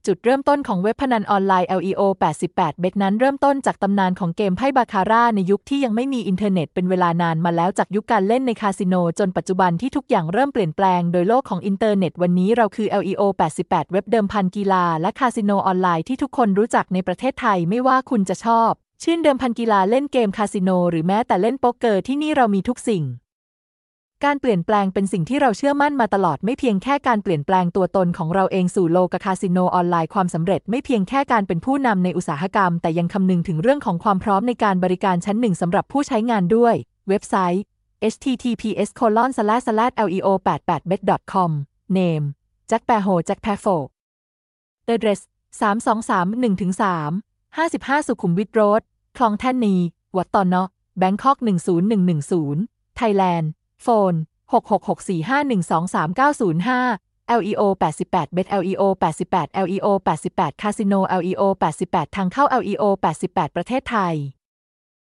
จุดเริ่มต้นของเว็บพนันออนไลน์ LEO 88 เบ็ดนั้นเริ่มต้นจากตำนานของเกมไพ่บาคาร่าในยุคที่ยังไม่มีอินเทอร์เน็ตเป็นเวลานานมาแล้วจากยุคการเล่นในคาสิโนจนปัจจุบันที่ทุกอย่างเริ่มเปลี่ยนแปลงโดยโลกของอินเทอร์เน็ตวันนี้เราคือ LEO 88 เว็บเดิมพันกีฬาและคาสิโนออนไลน์ที่ทุกคนรู้จักในประเทศไทยไม่ว่าคุณจะชอบชื่นเดิมพันกีฬาเล่นเกมคาสิโนหรือแม้แต่เล่นโป๊กเกอร์ที่นี่เรามีทุกสิ่งการเปลี่ยนแปลงเป็นสิ่งที่เราเชื่อมั่นมาตลอดไม่เพียงแค่การเปลี่ยนแปลงตัวตนของเราเองสู่โลกคาสิโนออนไลน์ความสำเร็จไม่เพียงแค่การเป็นผู้นำในอุตสาหกรรมแต่ยังคำนึงถึงเรื่องของความพร้อมในการบริการชั้นหนึ่งสำหรับผู้ใช้งานด้วยเว็บไซต์ https://leo88bet.com name Jack Sparrow Jack Sparrow address 3231-3 55 สุขุมวิทโรดคลองแท่นนีวัดตอนเนาะแบงคอก10110 ไทยแลนด์โฟน66645123905 LEO 88 Bet LEO 88 LEO 88 Casino LEO 88 ทางเข้า LEO 88 ประเทศไทย